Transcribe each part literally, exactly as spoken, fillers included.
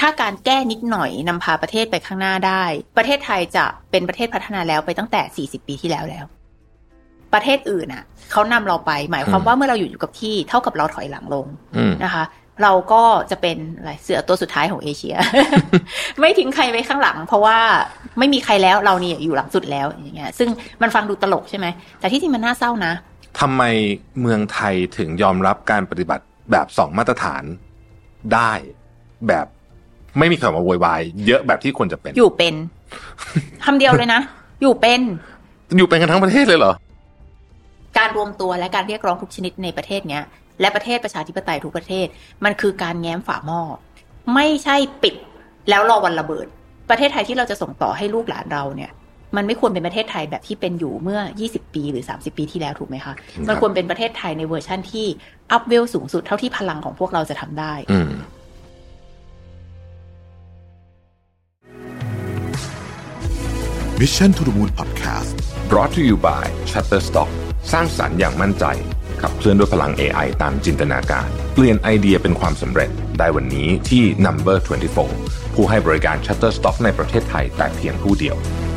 าการแก้นิดหน่อยนำพาประเทศไปข้างหน้าได้ประเทศไทยจะเป็นประเทศพัฒนาแล้วไปตั้งแต่สี่สิบปีที่แล้วแล้วประเทศอื่นน่ะเขานำเราไปหมายความว่าเมื่อเราอยู่อยู่กับที่เท่ากับเราถอยหลังลงนะคะเราก็จะเป็นอะไรเสือตัวสุดท้ายของเอเชีย ไม่ทิ้งใครไว้ข้างหลังเพราะว่าไม่มีใครแล้วเราเนี่ยอยู่หลังสุดแล้วอย่างเงี้ยซึ่งมันฟังดูตลกใช่ไหมแต่ที่จริงมันน่าเศร้านะทำไมเมืองไทยถึงยอมรับการปฏิบัติแบบสองมาตรฐานได้แบบไม่มีคำว่าโวยวายเยอะแบบที่ควรจะเป็นอยู่เป็นคำเดียวเลยนะอยู่เป็นอยู่เป็นกันทั้งประเทศเลยเหรอการรวมตัวและการเรียกร้องทุกชนิดในประเทศเนี้ยและประเทศประชาธิปไตยทุกประเทศมันคือการแง้มฝาหม้อไม่ใช่ปิดแล้วรอวันระเบิดประเทศไทยที่เราจะส่งต่อให้ลูกหลานเราเนี่ยมันไม่ควรเป็นประเทศไทยแบบที่เป็นอยู่เมื่อยี่สิบปีหรือสามสิบปีที่แล้วถูกไหมคะมันควรเป็นประเทศไทยในเวอร์ชั่นที่อัพเวลสูงสุดเท่าที่พลังของพวกเราจะทำได้ Mission to the Moon Podcast brought to you by Shutterstock สร้างสรรค์อย่างมั่นใจขับเคลื่อนด้วยพลัง เอ ไอ ตามจินตนาการเปลี่ยนไอเดียเป็นความสำเร็จได้วันนี้ที่ Number ยี่สิบสี่ ผู้ให้บริการ Shutterstock ในประเทศไทยแต่เพียงผู้เดียว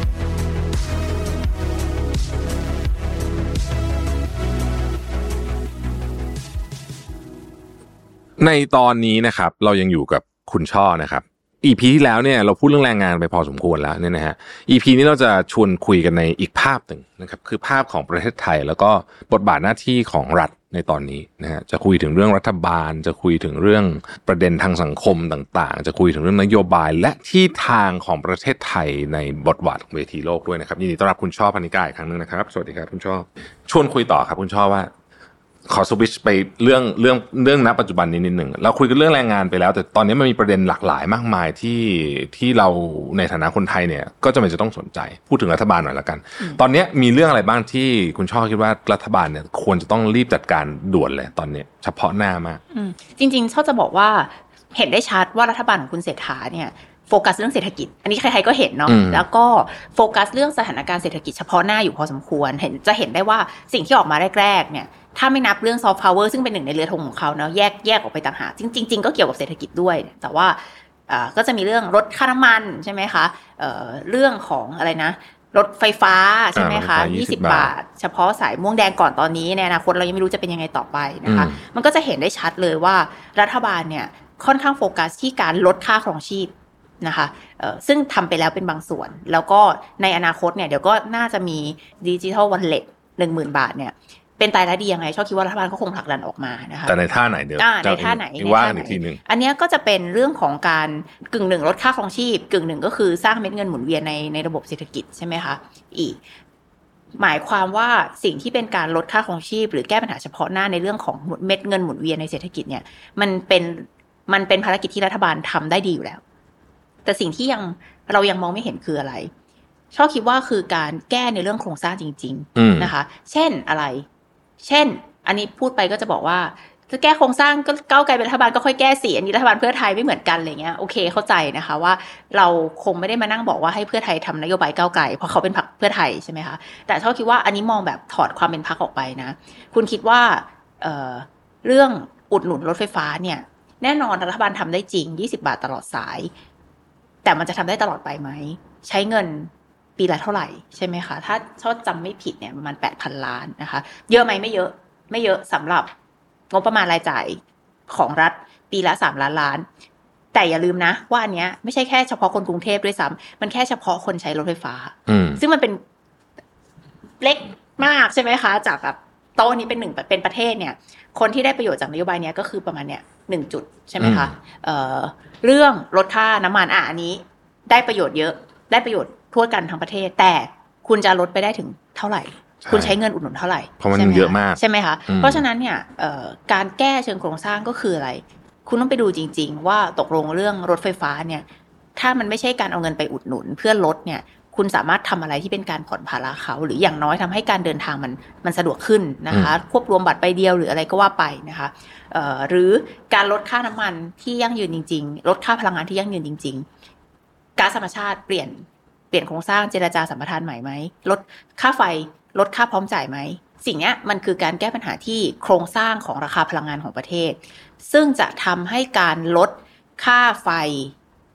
ในตอนนี้นะครับเรายังอยู่กับคุณช่อนะครับ อี พี ที่แล้วเนี่ยเราพูดเรื่องแรงงานไปพอสมควรแล้วเนี่ยนะฮะ อี พี นี้เราจะชวนคุยกันในอีกภาพหนึ่งนะครับคือภาพของประเทศไทยแล้วก็บทบาทหน้าที่ของรัฐในตอนนี้นะฮะจะคุยถึงเรื่องรัฐบาลจะคุยถึงเรื่องประเด็นทางสังคมต่างๆจะคุยถึงเรื่องนโยบายและที่ทางของประเทศไทยในบทบาทของเวทีโลกด้วยนะครับยินดีต้อนรับคุณช่อพนิกาอีกครั้งนึงนะครับสวัสดีครับคุณช่อชวนคุยต่อครับคุณช่อว่าขอสวิตช์ไปเรื่องเรื่องเรื่องณปัจจุบันนี้นิดหนึ่งเราคุยกันเรื่องแรงงานไปแล้วแต่ตอนนี้มันมีประเด็นหลากหลายมากมายที่ที่เราในฐานะคนไทยเนี่ยก็จำเป็นจะต้องสนใจพูดถึงรัฐบาลหน่อยละกันตอนนี้มีเรื่องอะไรบ้างที่คุณช่อคิดว่ารัฐบาลเนี่ยควรจะต้องรีบจัดการด่วนเลยตอนนี้เฉพาะหน้ามากจริงๆช่อจะบอกว่าเห็นได้ชัดว่ารัฐบาลของคุณเศรษฐาเนี่ยโฟกัสเรื่องเศรษฐกิจอันนี้ใครๆก็เห็นเนาะแล้วก็โฟกัสเรื่องสถานการณ์เศรษฐกิจเฉพาะหน้าอยู่พอสมควรเห็นจะเห็นได้ว่าสิ่งที่ออกมาแรกๆเนี่ยถ้าไม่นับเรื่องซอฟต์พาวเวอร์ซึ่งเป็นหนึ่งในเรือธงของเขาเนาะแยกแยกออกไปต่างหากจริงๆก็เกี่ยวกับเศรษฐกิจด้วยแต่ว่าอ่าก็จะมีเรื่องลดค่าน้ำมันใช่ไหมคะเอ่อเรื่องของอะไรนะรถไฟฟ้าใช่ไหมคะยี่สิบบาทเฉพาะสายม่วงแดงก่อนตอนนี้ในอนาคตเรายังไม่รู้จะเป็นยังไงต่อไปนะคะมันก็จะเห็นได้ชัดเลยว่ารัฐบาลเนี่ยค่อนข้างโฟกัสที่การลดค่าครองชีพนะคะเอ่อซึ่งทำไปแล้วเป็นบางส่วนแล้วก็ในอนาคตเนี่ยเดี๋ยวก็น่าจะมีดิจิทัลวอลเล็ต หนึ่งหมื่น บาทเนี่ยเป็นตายแล้วดียังไงชอบคิดว่ารัฐบาลก็คงผลักดันออกมานะคะแต่ในท่าไหนเดี๋ยวในท่าไหนว่ากันอีกทีนึงอันนี้ก็จะเป็นเรื่องของการกึ่งหนึ่งลดค่าครองชีพกึ่งหนึ่งก็คือสร้างเม็ดเงินหมุนเวียนในในระบบเศรษฐกิจใช่ไหมคะอีกหมายความว่าสิ่งที่เป็นการลดค่าครองชีพหรือแก้ปัญหาเฉพาะหน้าในเรื่องของเม็ดเงินหมุนเวียนในเศรษฐกิจเนี่ยมันเป็นมันเป็นภารกิจที่รัฐบาลทำได้ดีอยู่แล้วแต่สิ่งที่ยังเรายังมองไม่เห็นคืออะไรชอบคิดว่าคือการแก้ในเรื่องโครงสร้างจริงๆนะคะเช่นอะไรเช่นอันนี้พูดไปก็จะบอกว่าจะแก้โครงสร้างก็ก้าวไกลเป็นรัฐบาลก็ค่อยแก้สิอันนี้รัฐบาลเพื่อไทยไม่เหมือนกันอะไรเงี้ยโอเคเข้าใจนะคะว่าเราคงไม่ได้มานั่งบอกว่าให้เพื่อไทยทำนโยบายก้าวไกลเพราะเขาเป็นพรรคเพื่อไทยใช่ไหมคะแต่ชอบคิดว่าอันนี้มองแบบถอดความเป็นพรรคออกไปนะคุณคิดว่า เอ่อ เรื่องอุดหนุนรถไฟฟ้าเนี่ยแน่นอนรัฐบาลทำได้จริงยี่สิบบาทตลอดสายแต่มันจะทำได้ตลอดไปไหมใช้เงินปีละเท่าไหร่ใช่ไหมคะถ้าชอบจำไม่ผิดเนี่ยประมาณ แปดพัน ล้านนะคะเยอะไหมไม่เยอะไม่เยอะสำหรับงบประมาณรายจ่ายของรัฐปีละสามล้านล้านแต่อย่าลืมนะว่าอันเนี้ยไม่ใช่แค่เฉพาะคนกรุงเทพด้วยซ้ำมันแค่เฉพาะคนใช้รถไฟฟ้าซึ่งมันเป็นเล็กมากใช่ไหมคะจากแบบโต๊ะนี้เป็นหนึ่งเป็นประเทศเนี่ยคนที่ได้ประโยชน์จากนโยบายเนี้ยก็คือประมาณเนี้ยหนึ่งจุดใช่ไหมคะเอ่อเรื่องลดค่าน้ำมันอ่ะอันนี้ได้ประโยชน์เยอะได้ประโยชน์ทั่วกันทั้งประเทศแต่คุณจะลดไปได้ถึงเท่าไหร่คุณใช้เงินอุดหนุนเท่าไหร่เพราะมันเยอะมากใช่ไหมคะเพราะฉะนั้นเนี่ยการแก้เชิงโครงสร้างก็คืออะไรคุณต้องไปดูจริงๆว่าตกลงเรื่องรถไฟฟ้าเนี่ยถ้ามันไม่ใช่การเอาเงินไปอุดหนุนเพื่อลดเนี่ยคุณสามารถทำอะไรที่เป็นการผ่อนภาระเขาหรืออย่างน้อยทำให้การเดินทางมันมันสะดวกขึ้นนะคะควบรวมบัตรใบเดียวหรืออะไรก็ว่าไปนะคะหรือการลดค่าน้ำมันที่ยั่งยืนจริงๆลดค่าพลังงานที่ยั่งยืนจริงๆก๊าซธรรมชาติเปลี่ยนเปลี่ยนโครงสร้างเจรจาสัมปทานใหม่ไหมลดค่าไฟลดค่าพร้อมจ่ายไหมสิ่งนี้มันคือการแก้ปัญหาที่โครงสร้างของราคาพลังงานของประเทศซึ่งจะทำให้การลดค่าไฟ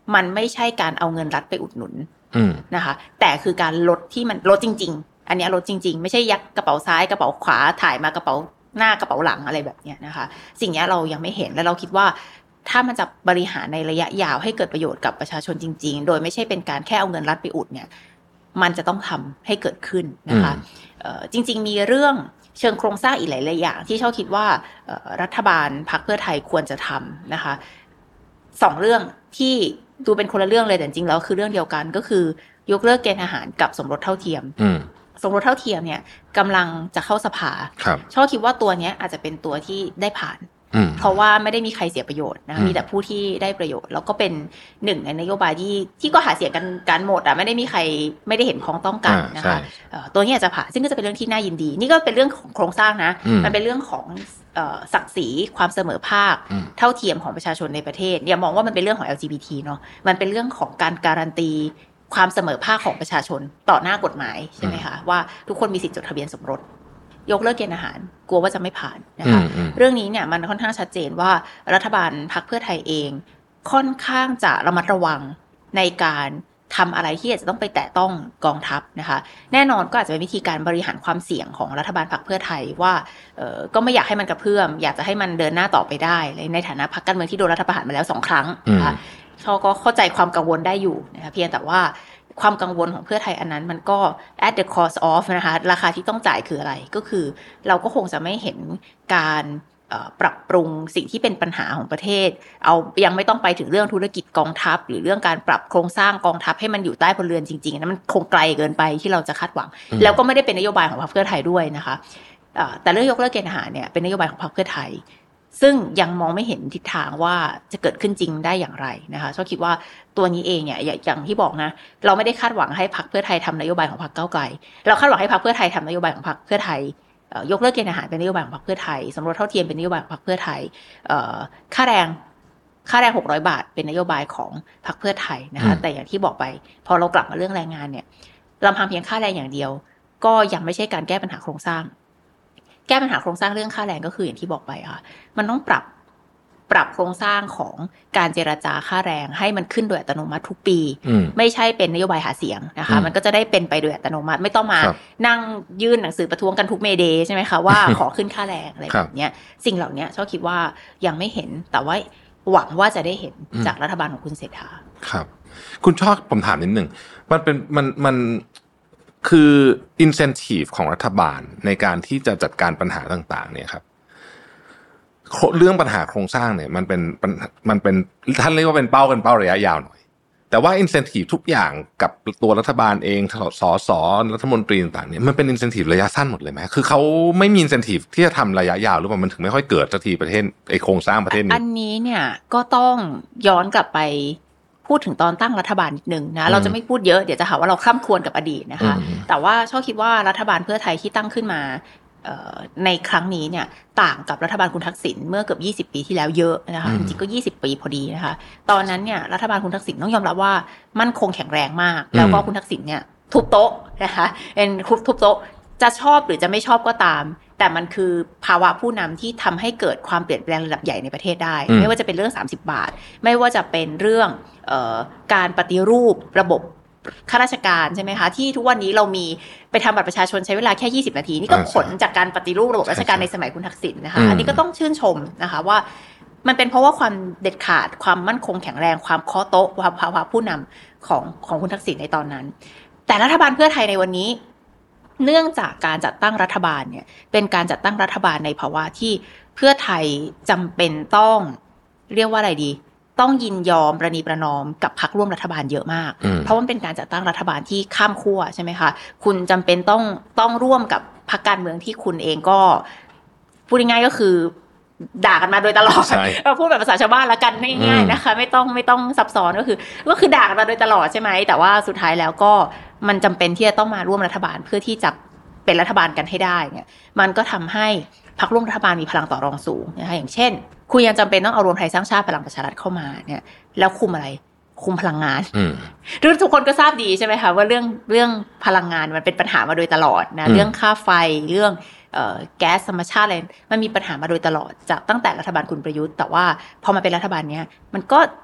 มันไม่ใช่การเอาเงินรัฐไปอุดหนุนอืมนะคะแต่คือการลดที่มันลดจริงๆอันนี้ลดจริงๆไม่ใช่ยักกระเป๋าซ้ายกระเป๋าขวาถ่ายมากระเป๋าหน้ากระเป๋าหลังอะไรแบบนี้นะคะสิ่งนี้เรายังไม่เห็นและเราคิดว่าถ้ามันจะบริหารในระยะยาวให้เกิดประโยชน์กับประชาชนจริงๆโดยไม่ใช่เป็นการแค่เอาเงินรัฐไปอุดเนี่ยมันจะต้องทำให้เกิดขึ้นนะคะจริงๆมีเรื่องเชิงโครงสร้างอีกหลายๆอย่างที่ชอบคิดว่ารัฐบาลพรรคเพื่อไทยควรจะทำนะคะสองเรื่องที่ดูเป็นคนละเรื่องเลยแต่จริงๆแล้วคือเรื่องเดียวกันก็คือยกเลิกเกณฑ์ทหารกับสมรสเท่าเทียมสมรสเท่าเทียมเนี่ยกำลังจะเข้าสภาชอบคิดว่าตัวนี้อาจจะเป็นตัวที่ได้ผ่านเพราะว่าไม่ได้มีใครเสียประโยชน์นะมีแต่ผู้ที่ได้ประโยชน์แล้วก็เป็นหนึ่งในนโยบายที่ที่ก็หาเสียงกันการหมดอ่ะไม่ได้มีใครไม่ได้เห็นพ้องต้องกันนะคะตัวนี้อาจจะผ่านซึ่งก็จะเป็นเรื่องที่น่ายินดีนี่ก็เป็นเรื่องของโครงสร้างนะมันเป็นเรื่องของศักดิ์ศรีความเสมอภาคเท่าเทียมของประชาชนในประเทศอย่ามองว่ามันเป็นเรื่องของ แอล จี บี ที เนาะมันเป็นเรื่องของการการันตีความเสมอภาคของประชาชนต่อหน้ากฎหมายใช่ไหมคะว่าทุกคนมีสิทธิจดทะเบียนสมรสยกเลิกเกณฑ์อาหารกลัวว่าจะไม่ผ่านนะคะเรื่องนี้เนี่ยมันค่อนข้างชัดเจนว่ารัฐบาลพรรคเพื่อไทยเองค่อนข้างจะระมัดระวังในการทำอะไรที่อาจจะต้องไปแตะต้องกองทัพนะคะแน่นอนก็อาจจะเป็นวิธีการบริหารความเสี่ยงของรัฐบาลพรรคเพื่อไทยว่าเอ่อก็ไม่อยากให้มันกระเพื่อมอยากจะให้มันเดินหน้าต่อไปได้ในฐานะพรรคการเมืองที่โดนรัฐประหารมาแล้วสองครั้งนะคะเขาก็เข้าใจความกังวลได้อยู่นะคะเพียงแต่ว่าความกังวลของเพื่อไทยอันนั้นมันก็ at the cost of นะคะราคาที่ต้องจ่ายคืออะไรก็คือเราก็คงจะไม่เห็นการปรับปรุงสิ่งที่เป็นปัญหาของประเทศเอายังไม่ต้องไปถึงเรื่องธุรกิจกองทัพหรือเรื่องการปรับโครงสร้างกองทัพให้มันอยู่ใต้พลเรือนจริงๆนั้นมันคงไกลเกินไปที่เราจะคาดหวังแล้วก็ไม่ได้เป็นนโยบายของพรรคเพื่อไทยด้วยนะคะแต่เรื่องยกเลิกเกณฑ์ทหารเนี่ยเป็นนโยบายของพรรคเพื่อไทยซึ่งยังมองไม่เห็นทิศทางว่าจะเกิดขึ้นจริงได้อย่างไรนะคะชอบคิดว่าตัวนี้เองเนี่ยอย่างที่บอกนะเราไม่ได้คาดหวังให้พรรคเพื่อไทยทำนโยบายของพรรคก้าวไกลเราคาดหวังให้พรรคเพื่อไทยทำนโยบายของพรรคเพื่อไทยยกเลิกเกณฑ์ทหารเป็นนโยบายของพรรคเพื่อไทยสมรสเท่าเทียมเป็นนโยบายของพรรคเพื่อไทยค่าแรงค่าแรงหกร้อยบาทเป็นนโยบายของพรรคเพื่อไทยนะคะแต่อย่างที่บอกไปพอเรากลับมาเรื่องแรงงานเนี่ยลำพังเพียงค่าแรงอย่างเดียวก็ยังไม่ใช่การแก้ปัญหาโครงสร้างแก้ปัญหาโครงสร้างเรื่องค่าแรงก็คืออย่างที่บอกไปค่ะมันต้องปรับปรับโครงสร้างของการเจรจาค่าแรงให้มันขึ้นโดยอัตโนมัติทุกปีไม่ใช่เป็นนโยบายหาเสียงนะคะมันก็จะได้เป็นไปโดยอัตโนมัติไม่ต้องมานั่งยื่นหนังสือประท้วงกันทุกเมเดย์ใช่ไหมคะว่าขอขึ้นค่าแรงอะไรแบบนี้สิ่งเหล่านี้ชอบคิดว่ายังไม่เห็นแต่ว่าหวังว่าจะได้เห็นจากรัฐบาลของคุณเศรษฐาครับคุณชอบผมถามนิดนึงมันเป็นมันมันคือ incentive ของรัฐบาลในการที่จะจัดการปัญหาต่างๆเนี่ยครับเรื่องปัญหาโครงสร้างเนี่ยมันเป็นมันเป็นท่านเรียกว่าเป็นเป้ากันเป้าระยะยาวหน่อยแต่ว่า incentive ทุกอย่างกับตัวรัฐบาลเองสสรัฐมนตรีต่างๆเนี่ยมันเป็น incentive ระยะสั้นหมดเลยไหมคือเขาไม่มี incentive ที่จะทำระยะยาวหรือเปล่ามันถึงไม่ค่อยเกิดสักทีประเทศไอโครงสร้างประเทศนี้อันนี้เนี่ยก็ต้องย้อนกลับไปพูดถึงตอนตั้งรัฐบาลนิดนึงนะเราจะไม่พูดเยอะเดี๋ยวจะหาว่าเราคร่ำครวญกับอดีตนะคะแต่ว่าชอบคิดว่ารัฐบาลเพื่อไทยที่ตั้งขึ้นมาในครั้งนี้เนี่ยต่างกับรัฐบาลคุณทักษิณเมื่อเกือบยี่สิบปีที่แล้วเยอะนะคะจริงๆก็ยี่สิบปีพอดีนะคะตอนนั้นเนี่ยรัฐบาลคุณทักษิณต้องยอมรับว่ามั่นคงแข็งแรงมากแล้วก็คุณทักษิณเนี่ยทุบโต๊ะนะคะเป็นทุบโต๊ะจะชอบหรือจะไม่ชอบก็ตามแต่มันคือภาวะผู้นำที่ทำให้เกิดความเปลี่ยนแปลงระดับใหญ่ในประเทศได้ไม่ว่าจะเป็นเรื่องสามสิบบาทไม่ว่าจะเป็นเรื่องเอ่อการปฏิรูประบบข้าราชการใช่ไหมคะที่ทุกวันนี้เรามีไปทำบัตรประชาชนใช้เวลาแค่ยี่สิบนาทีนี่ก็ผลจากการปฏิรูประบบราชการในสมัยคุณทักษิณนะคะอันนี้ก็ต้องชื่นชมนะคะว่ามันเป็นเพราะว่าความเด็ดขาดความมั่นคงแข็งแรงความเคาะโต๊ะความภาวะผู้นำของของคุณทักษิณในตอนนั้นแต่รัฐบาลเพื่อไทยในวันนี้เนื่องจากการจัดตั้งรัฐบาลเนี่ยเป็นการจัดตั้งรัฐบาลในภาวะที่เพื่อไทยจำเป็นต้องเรียกว่าอะไรดีต้องยินยอมประนีประนอมกับพรรคร่วมรัฐบาลเยอะมากเพราะมันเป็นการจัดตั้งรัฐบาลที่ข้ามขั้วใช่ไหมคะคุณจำเป็นต้องต้องร่วมกับพรรคการเมืองที่คุณเองก็พูดง่ายๆก็คือด่ากันมาโดยตลอดพูดแบบภาษาชาวบ้านละกันง่ายๆนะคะไม่ต้องไม่ต้องซับซ้อนก็คือก็คือด่ากันมาโดยตลอดใช่ไหมแต่ว่าสุดท้ายแล้วก็มันจำเป็นที่จะต้องมาร่วมรัฐบาลเพื่อที่จะเป็นรัฐบาลกันให้ได้เนี่ยมันก็ทำให้พรรคร่วมรัฐบาลมีพลังต่อรองสูงนะคะอย่างเช่นคุณยังจำเป็นต้องเอารวมไทยสร้างชาติพลังประชารัฐเข้ามาเนี่ยแล้วคุมอะไรคุมพลังงานทุกคนก็ทราบดีใช่ไหมคะว่าเรื่องเรื่องพลังงานมันเป็นปัญหามาโดยตลอดนะเรื่องค่าไฟเรื่องเอ่อแก๊สธรรมชาติอะไรมันมีปัญหามาโดยตลอดจากตั้งแต่รัฐบาลคุณประยุทธ์แต่ว่าพอมาเป็นรัฐบาลเนี้ยมันก็เ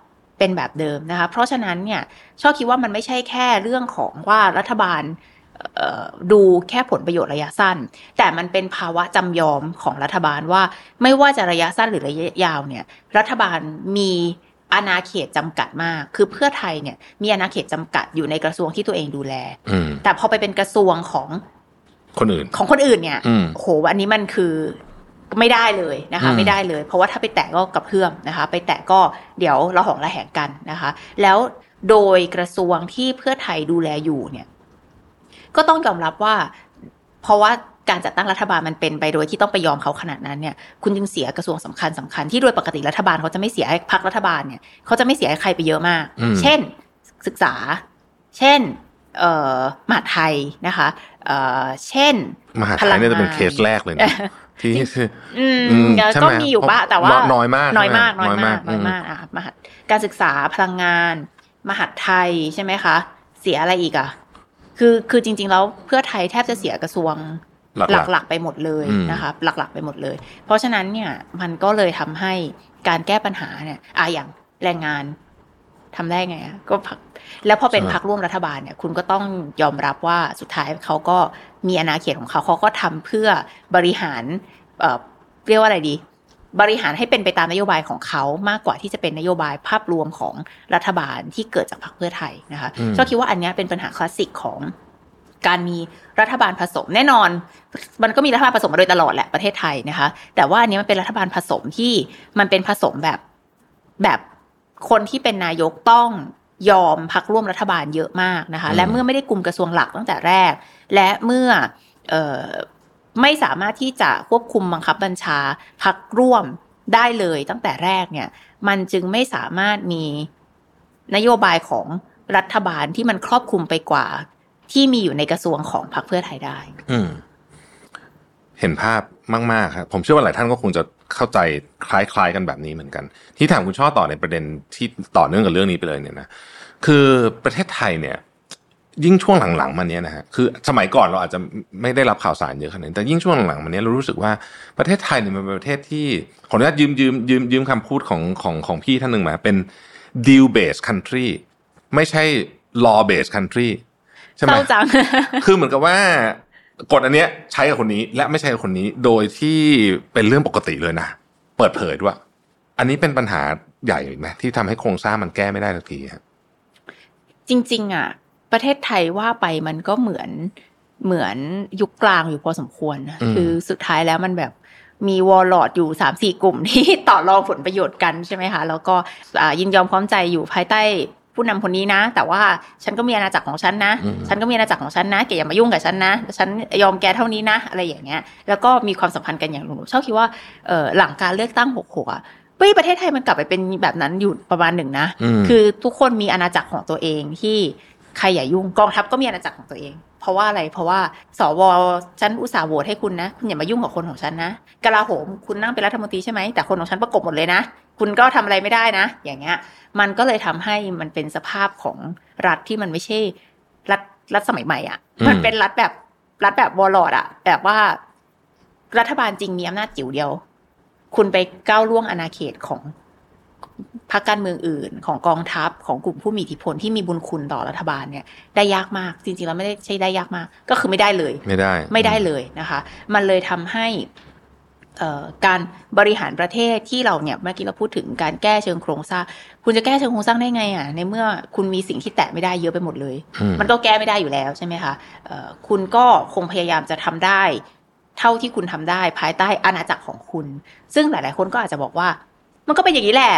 เป็นแบบเดิมนะคะเพราะฉะนั้นเนี่ยชอบคิดว่ามันไม่ใช่แค่เรื่องของว่ารัฐบาลดูแค่ผลประโยชน์ระยะสั้นแต่มันเป็นภาวะจำยอมของรัฐบาลว่าไม่ว่าจะระยะสั้นหรือระยะยาวเนี่ยรัฐบาลมีอาณาเขตจำกัดมากคือเพื่อไทยเนี่ยมีอาณาเขตจำกัดอยู่ในกระทรวงที่ตัวเองดูแลแต่พอไปเป็นกระทรวงของคนอื่นของคนอื่นเนี่ยโหอันนี้มันคือไม่ได้เลยนะคะไม่ได้เลยเพราะว่าถ้าไปแตะก็กระเพื่อมนะคะไปแตะก็เดี๋ยวเราหองระแหงกันนะคะแล้วโดยกระทรวงที่เพื่อไทยดูแลอยู่เนี่ยก็ต้องยอมรับว่าเพราะว่าการจัดตั้งรัฐบาลมันเป็นไปโดยที่ต้องไปยอมเขาขนาดนั้นเนี่ยคุณจึงเสียกระทรวงสำคัญสำคัญที่โดยปกติรัฐบาลเขาจะไม่เสียให้พรรครัฐบาลเนี่ยเขาจะไม่เสียให้ใครไปเยอะมากเช่นศึกษาเช่นเอ่อมหาดไทยนะคะเอ่อเช่นมหาดไทยเนี่ยจะเป็นเคสแรกเลยนะที่อืมก็มีอยู่บ้างแต่ว่าน้อยมากน้อยมากน้อยมากน้อยมากอ่ะมหาการศึกษาพลังงานมหาดไทยใช่ไหมคะเสียอะไรอีกอ่ะคือคือจริงๆแล้วเพื่อไทยแทบจะเสียกระทรวงหลักๆไปหมดเลยนะคะหลักๆไปหมดเลยเพราะฉะนั้นเนี่ยมันก็เลยทำให้การแก้ปัญหาเนี่ยอ่ะอย่างแรงงานทำได้ไงอ่ะก็แล้วพอเป็นพรรคร่วมรัฐบาลเนี่ยคุณก็ต้องยอมรับว่าสุดท้ายเขาก็มีอาณาเขตของเขาเขาก็ทำเพื่อบริหารเอ่อเรียกว่าอะไรดีบริหารให้เป็นไปตามนโยบายของเขามากกว่าที่จะเป็นนโยบายภาพรวมของรัฐบาลที่เกิดจากพรรคเพื่อไทยนะคะชอบคิดว่าอันนี้เป็นปัญหาคลาสสิกของการมีรัฐบาลผสมแน่นอนมันก็มีรัฐบาลผสมมาโดยตลอดแหละประเทศไทยนะคะแต่ว่าอันนี้มันเป็นรัฐบาลผสมที่มันเป็นผสมแบบแบบคนที่เป็นนายกต้องยอมพรรคร่วมรัฐบาลเยอะมากนะคะและเมื่อไม่ได้กุมกระทรวงหลักตั้งแต่แรกและเมื่อเอ่อไม่สามารถที่จะควบคุมบังคับบัญชาพรรคร่วมได้เลยตั้งแต่แรกเนี่ยมันจึงไม่สามารถมีนโยบายของรัฐบาลที่มันครอบคลุมไปกว่าที่มีอยู่ในกระทรวงของพรรคเพื่อไทยได้อืมเห็นภาพมากๆครับผมเชื่อว่าหลายท่านก็คงจะเข้าใจคล้ายๆกันแบบนี้เหมือนกันที่ถามคุณช่อต่อในประเด็นที่ต่อเนื่องกับเรื่องนี้ไปเลยเนี่ยนะคือประเทศไทยเนี่ยยิ่งช่วงหลังๆมาเนี้ยนะฮะคือสมัยก่อนเราอาจจะไม่ได้รับข่าวสารเยอะขนาดนี้แต่ยิ่งช่วงหลังๆมาเนี้ยเรารู้สึกว่าประเทศไทยเนี่ยมันเป็นประเทศที่ขออนุญาตยืมยืมยืมยืมคำพูดของของของพี่ท่านหนึ่งมาเป็น deal based country ไม่ใช่ law based country ใช่ไหมคือเหมือนกับว่ากฎอันเนี้ยใช้กับคนนี้และไม่ใช่กับคนนี้โดยที่เป็นเรื่องปกติเลยนะเปิดเผยด้วยอันนี้เป็นปัญหาใหญ่ไหมที่ทำให้โครงสร้างมันแก้ไม่ได้สักทีครับจริงๆอ่ะประเทศไทยว่าไปมันก็เหมือนเหมือนยุคกลางอยู่พอสมควรนะคือสุดท้ายแล้วมันแบบมีวอร์ลอร์ดอยู่ สามสี่ กลุ่มที่ต่อรองผลประโยชน์กันใช่ไหมคะแล้วก็ยินยอมพร้อมใจอยู่ภายใต้ผู้นำคนนี้นะแต่ว่าฉันก็มีอาณาจักรของฉันนะฉันก็มีอาณาจักรของฉันนะแกอย่ามายุ่งกับฉันนะฉันยอมแกเท่านี้นะอะไรอย่างเงี้ยแล้วก็มีความสัมพันธ์กันอย่างหนูชอบคิดว่าเอ่อหลังการเลือกตั้งหกสิบหกอ่ะเฮ้ยประเทศไทยมันกลับไปเป็นแบบนั้นอยู่ประมาณหนึ่งนะคือทุกคนมีอาณาจักรของตัวเองที่ใครอย่ายุ่งกองทัพก็มีอาณาจักรของตัวเองเพราะว่าอะไรเพราะว่าสวฉันอุตส่าห์โหวตให้คุณนะคุณอย่ามายุ่งกับคนของฉันนะกลาโหมคุณนั่งเป็นรัฐมนตรีใช่ไหมแต่คนของฉันประกบหมดเลยนะคุณก็ทำอะไรไม่ได้นะอย่างเงี้ยมันก็เลยทำให้มันเป็นสภาพของรัฐที่มันไม่ใช่รัฐรัฐสมัยใหม่อ่ะมันเป็นรัฐแบบรัฐแบบวอร์ลอร์ดอ่ะแบบว่ารัฐบาลจริงมีอำนาจจิ๋วเดียวคุณไปก้าวล่วงอาณาเขตของพรรคการเมืองอื่นของกองทัพของกลุ่มผู้มีอิทธิพลที่มีบุญคุณต่อรัฐบาลเนี่ยได้ยากมากจริงๆแล้วไม่ได้ใช่ได้ยากมากก็คือไม่ได้เลยไม่ได้ไม่ได้เลยนะคะมันเลยทำให้การบริหารประเทศที่เราเนี่ยเมื่อกี้เราพูดถึงการแก้เชิงโครงสร้างคุณจะแก้เชิงโครงสร้างได้ไงอ่ะในเมื่อคุณมีสิ่งที่แตะไม่ได้เยอะไปหมดเลยมันก็แก้ไม่ได้อยู่แล้วใช่ไหมคะคุณก็คงพยายามจะทำได้เท่าที่คุณทำได้ภายใต้อาณาจักรของคุณซึ่งหลายๆคนก็อาจจะบอกว่ามันก็เป็นอย่างนี้แหละ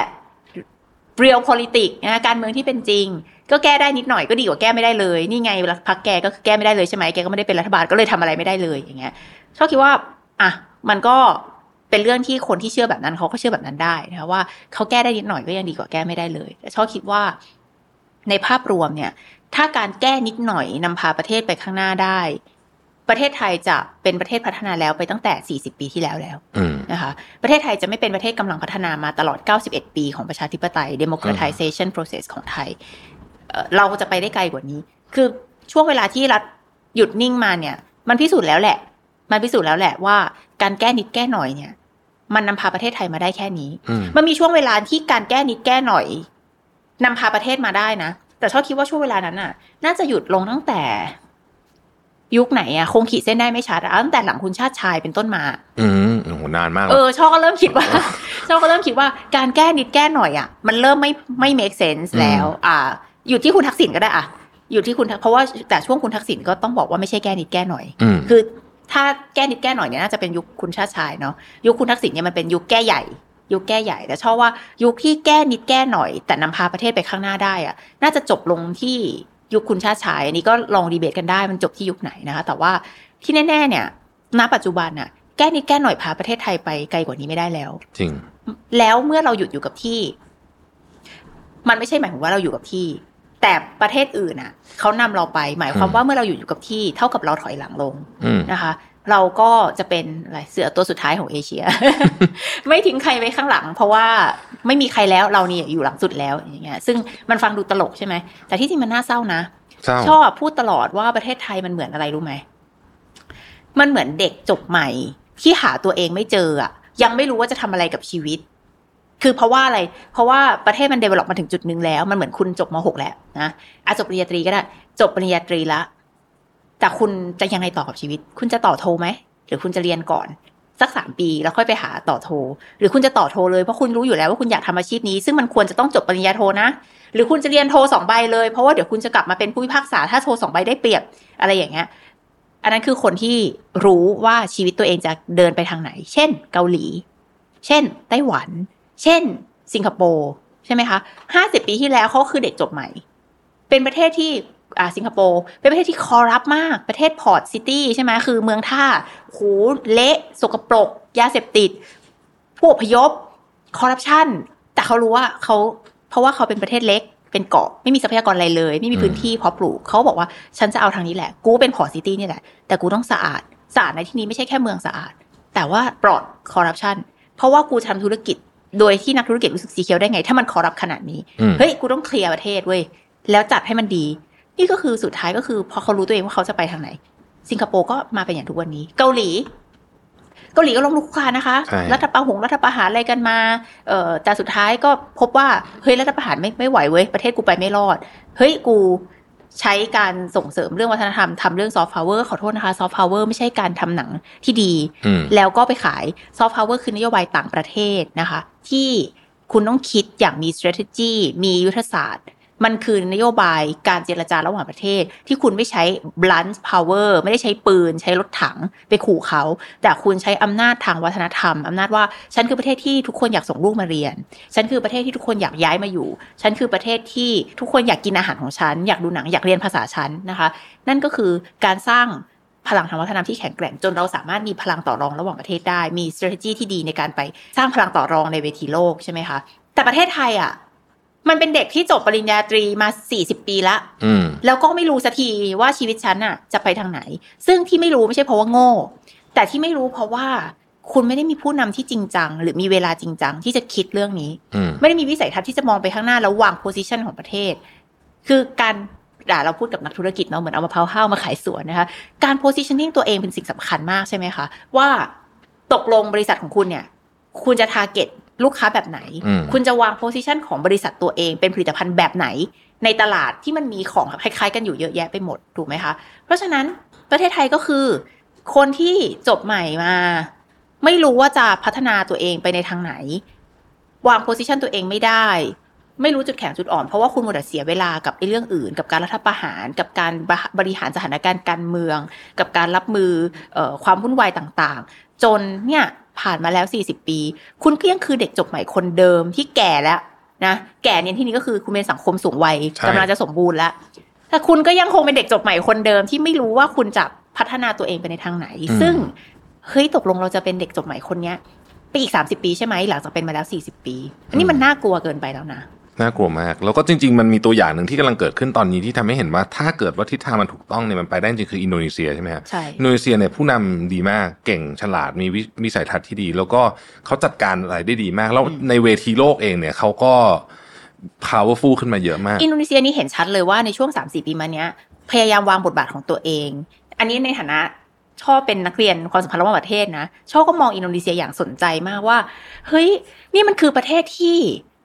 real politics นะการเมืองที่เป็นจริงก็แก้ได้นิดหน่อยก็ดีกว่าแก้ไม่ได้เลยนี่ไงพรรคแกก็แก้ไม่ได้เลยใช่ไหมแกก็ไม่ได้เป็นรัฐบาลก็เลยทำอะไรไม่ได้เลยอย่างเงี้ยชอบคิดว่าอ่ะมันก็เป็นเรื่องที่คนที่เชื่อแบบนั้นเขาก็เชื่อแบบนั้นได้นะคะว่าเขาแก้ได้นิดหน่อยก็ยังดีกว่าแก้ไม่ได้เลยแต่ชอบคิดว่าในภาพรวมเนี่ยถ้าการแก้นิดหน่อยนำพาประเทศไปข้างหน้าได้ประเทศไทยจะเป็นประเทศพัฒนาแล้วไปตั้งแต่สี่สิบปีที่แล้วแล้วนะคะประเทศไทยจะไม่เป็นประเทศกำลังพัฒนามาตลอดเก้าสิบเอ็ดปีของประชาธิปไตย democratization process ของไทย เอ่อ เราจะไปได้ไกลกว่านี้คือช่วงเวลาที่รัฐหยุดนิ่งมาเนี่ยมันพิสูจน์แล้วแหละมันพิสูจน์แล้วแหละว่าการแก้นิดแก้หน่อยเนี่ยมันนำพาประเทศไทยมาได้แค่นี้มันมีช่วงเวลาที่การแก้นิดแก้หน่อยนำพาประเทศมาได้นะแต่ชอบคิดว่าช่วงเวลานั้นน่ะน่าจะหยุดลงตั้งแต่ยุคไหนอะคงขีดเส้นได้ไม่ชัดอะตั้งแต่หลังคุณชาติชายเป็นต้นมาอืมโหนานมากเออชอบก็เริ่มคิดว่าชอบก็เริ่มคิดว่าการแก้นิดแก้หน่อยอะมันเริ่มไม่ไม่ make sense แล้วอ่าอยู่ที่คุณทักษิณก็ได้อะอยู่ที่คุณเพราะว่าแต่ช่วงคุณทักษิณก็ต้องบอกว่าไม่ใช่แก้นิดแก้หน่อยคือถ้าแก้นิดแก้หน่อยเนี่ยน่าจะเป็นยุคคุณชาติชายเนาะยุคคุณทักษิณเนี่ยมันเป็นยุคแก้ใหญ่ยุคแก้ใหญ่แต่ชอบว่ายุคที่แก้นิดแก้หน่อยแต่นำพาประเทศไปข้างหน้าได้อะน่าจะจบลงที่ยุคคุณชาติชายอันนี้ก็ลองดีเบตกันได้มันจบที่ยุคไหนนะคะแต่ว่าที่แน่ๆเนี่ยณปัจจุบันน่ะแก้นิดแก้หน่อยพาประเทศไทยไปไกลกว่านี้ไม่ได้แล้วจริงแล้วเมื่อเราหยุดอยู่กับที่มันไม่ใช่หมายถึงว่าเราอยู่กับที่แต่ประเทศอื่นน่ะเขานำเราไปหมายความว่าเมื่อเราอยู่อยู่กับที่เท่ากับเราถอยหลังลงนะคะเราก็จะเป็นอะไรเสือตัวสุดท้ายของเอเชีย ไม่ทิ้งใครไว้ข้างหลังเพราะว่าไม่มีใครแล้วเราเนี่ยอยู่หลังสุดแล้วอย่างเงี้ยซึ่งมันฟังดูตลกใช่ไหมแต่ที่จริงมันน่าเศร้านะชอบพูดตลอดว่าประเทศไทยมันเหมือนอะไรรู้ไหมมันเหมือนเด็กจบใหม่ที่หาตัวเองไม่เจออ่ะยังไม่รู้ว่าจะทำอะไรกับชีวิตคือเพราะว่าอะไรเพราะว่าประเทศมัน develop มาถึงจุดนึงแล้วมันเหมือนคุณจบม.หก แล้วนะอ่ะจบปริญญาตรีก็ได้จบปริญญาตรีละแต่คุณจะยังไงต่อกับชีวิตคุณจะต่อโทไหมหรือคุณจะเรียนก่อนสักสามปีแล้วค่อยไปหาต่อโทหรือคุณจะต่อโทเลยเพราะคุณรู้อยู่แล้วว่าคุณอยากทำอาชีพนี้ซึ่งมันควรจะต้องจบปริญญาโทนะหรือคุณจะเรียนโทสองใบเลยเพราะว่าเดี๋ยวคุณจะกลับมาเป็นผู้พิพากษาถ้าโทสองใบได้เปรียบอะไรอย่างเงี้ยอันนั้นคือคนที่รู้ว่าชีวิตตัวเองจะเดินไปทางไหนเช่นเกาหลีเช่นไต้หวันเช่นสิงคโปร์ใช่ไหมคะห้าสิบปีที่แล้วเขาคือเด็กจบใหม่เป็นประเทศที่อ่าสิงคโปร์เป็นประเทศที่คอร์รัปมากประเทศพอร์ตซิตี้ใช่ไหมคือเมืองท่าโหเละสกปรกยาเสพติดผู้อพยพคอร์รัปชันแต่เขารู้ว่าเขาเพราะว่าเขาเป็นประเทศเล็กเป็นเกาะไม่มีทรัพยากรอะไรเลยไม่มีพื้นที่เพาะปลูกเขาบอกว่าฉันจะเอาทางนี้แหละกูเป็นพอร์ตซิตี้นี่แหละแต่กูต้องสะอาดสะอาดในที่นี้ไม่ใช่แค่เมืองสะอาดแต่ว่าปลอดคอร์รัปชันเพราะว่ากูทำธุรกิจโดยที่นักธุรกิจรู้สึกสีเขียวได้ไงถ้ามันคอร์รัปขนาดนี้เฮ้ยกูต้องเคลียร์ประเทศเว้ยแล้วจัดให้มันดีนี่ก็คือสุดท้ายก็คือพอเขารู้ตัวเองว่าเขาจะไปทางไหนสิงคโปร์ก็มาเป็นอย่างทุกวันนี้เกาหลีเกาหลีก็ล้มลุกคลานนะคะรัฐประหงรัฐประหารอะไรกันมาเอ่อแต่สุดท้ายก็พบว่าเฮ้ยรัฐประหารไม่ไม่ไหวเว้ยประเทศกูไปไม่รอดเฮ้ยกูใช้การส่งเสริมเรื่องวัฒนธรรมทำเรื่องซอฟต์พาวเวอร์ขอโทษนะคะซอฟต์พาวเวอร์ไม่ใช่การทำหนังที่ดีแล้วก็ไปขายซอฟต์พาวเวอร์คือนโยบายต่างประเทศนะคะที่คุณต้องคิดอย่างมี strategy มียุทธศาสตร์มันคือนโยบายการเจรจาระหว่างประเทศที่คุณไม่ใช้ blunt power ไม่ได้ใช้ปืนใช้รถถังไปขู่เขาแต่คุณใช้อำนาจทางวัฒนธรรมอำนาจว่าฉันคือประเทศที่ทุกคนอยากส่งลูกมาเรียนฉันคือประเทศที่ทุกคนอยากย้ายมาอยู่ฉันคือประเทศที่ทุกคนอยากกินอาหารของฉันอยากดูหนังอยากเรียนภาษาฉันนะคะนั่นก็คือการสร้างพลังทางวัฒนธรรมที่แข็งแกร่งจนเราสามารถมีพลังต่อรองระหว่างประเทศได้มี strategy ที่ดีในการไปสร้างพลังต่อรองในเวทีโลกใช่ไหมคะแต่ประเทศไทยอ่ะมันเป็นเด็กที่จบปริญญาตรีมาสี่สิบปีละแล้วก็ไม่รู้สักทีว่าชีวิตฉันน่ะจะไปทางไหนซึ่งที่ไม่รู้ไม่ใช่เพราะว่าโง่แต่ที่ไม่รู้เพราะว่าคุณไม่ได้มีผู้นำที่จริงจังหรือมีเวลาจริงจังที่จะคิดเรื่องนี้ไม่ได้มีวิสัยทัศน์ที่จะมองไปข้างหน้าแล้ววางโพสิชันของประเทศคือการด่าเราพูดกับนักธุรกิจเนาะเหมือนเอามะพร้าวห้าวมาขายสวนนะคะการ positioning ตัวเองเป็นสิ่งสำคัญมากใช่ไหมคะว่าตกลงบริษัทของคุณเนี่ยคุณจะ targetลูกค้าแบบไหนคุณจะวางโพสิชันของบริษัทตัวเองเป็นผลิตภัณฑ์แบบไหนในตลาดที่มันมีของคล้ายๆกันอยู่เยอะแยะไปหมดถูกไหมคะเพราะฉะนั้นประเทศไทยก็คือคนที่จบใหม่มาไม่รู้ว่าจะพัฒนาตัวเองไปในทางไหนวางโพสิชันตัวเองไม่ได้ไม่รู้จุดแข็งจุดอ่อนเพราะว่าคุณมัวแต่เสียเวลากับไอ้เรื่องอื่นกับการรัฐประหารกับการบริหารสถานการณ์การเมืองกับการรับมือเอ่อความวุ่นวายต่างๆจนเนี่ยผ่านมาแล้วสี่สิบปีคุณก็ยังคือเด็กจบใหม่คนเดิมที่แก่แล้วนะแก่เนี่ยที่นี้ก็คือคุณเป็นสังคมสูงวัยกำลังจะสมบูรณ์แล้วแต่คุณก็ยังคงเป็นเด็กจบใหม่คนเดิมที่ไม่รู้ว่าคุณจะพัฒนาตัวเองไปในทางไหนซึ่งเฮ้ยตกลงเราจะเป็นเด็กจบใหม่คนเนี้ยไปอีกสามสิบปีใช่ไหมหลังจากเป็นมาแล้วสี่สิบปีอันนี้มันน่ากลัวเกินไปแล้วนะน่ากลัวมากแล้วก็จริงๆมันมีตัวอย่างหนึ่งที่กำลังเกิดขึ้นตอนนี้ที่ทำให้เห็นว่าถ้าเกิดว่าทิศทางมันถูกต้องเนี่ยมันไปได้จริงคืออินโดนีเซียใช่ไหมครับอินโดนีเซียเนี่ยผู้นำดีมากเก่งฉลาดมีวิสัยทัศน์ที่ดีแล้วก็เขาจัดการอะไรได้ดีมากแล้วในเวทีโลกเองเนี่ยเขาก็ powerful ขึ้นมาเยอะมากอินโดนีเซียนี่เห็นชัดเลยว่าในช่วง สามถึงสี่ ปีมาเนี้ยพยายามวางบทบาทของตัวเองอันนี้ในฐานะชอบเป็นนักเรียนความสัมพันธ์ระหว่างประเทศนะชอบก็มองอินโดนีเซียอย่างสนใจมากว่าเฮ้ยนี่มันคือประเทศที่